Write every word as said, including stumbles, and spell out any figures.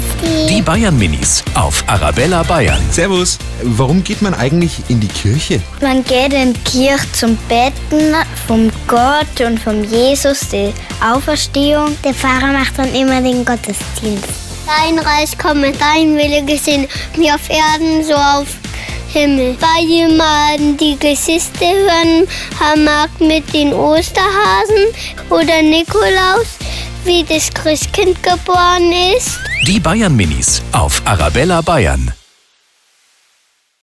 Christi. Die Bayern Minis auf Arabella Bayern. Servus. Warum geht man eigentlich in die Kirche? Man geht in die Kirche zum Betten vom Gott und vom Jesus, die Auferstehung. Der Pfarrer macht dann immer den Gottesdienst. Dein Reich komme, dein Wille geschehen, wie auf Erden, so auf Himmel. Weil jemand die Geschichte hören mag mit den Osterhasen oder Nikolaus, wie das Christkind geboren ist. Die Bayern Minis auf Arabella Bayern.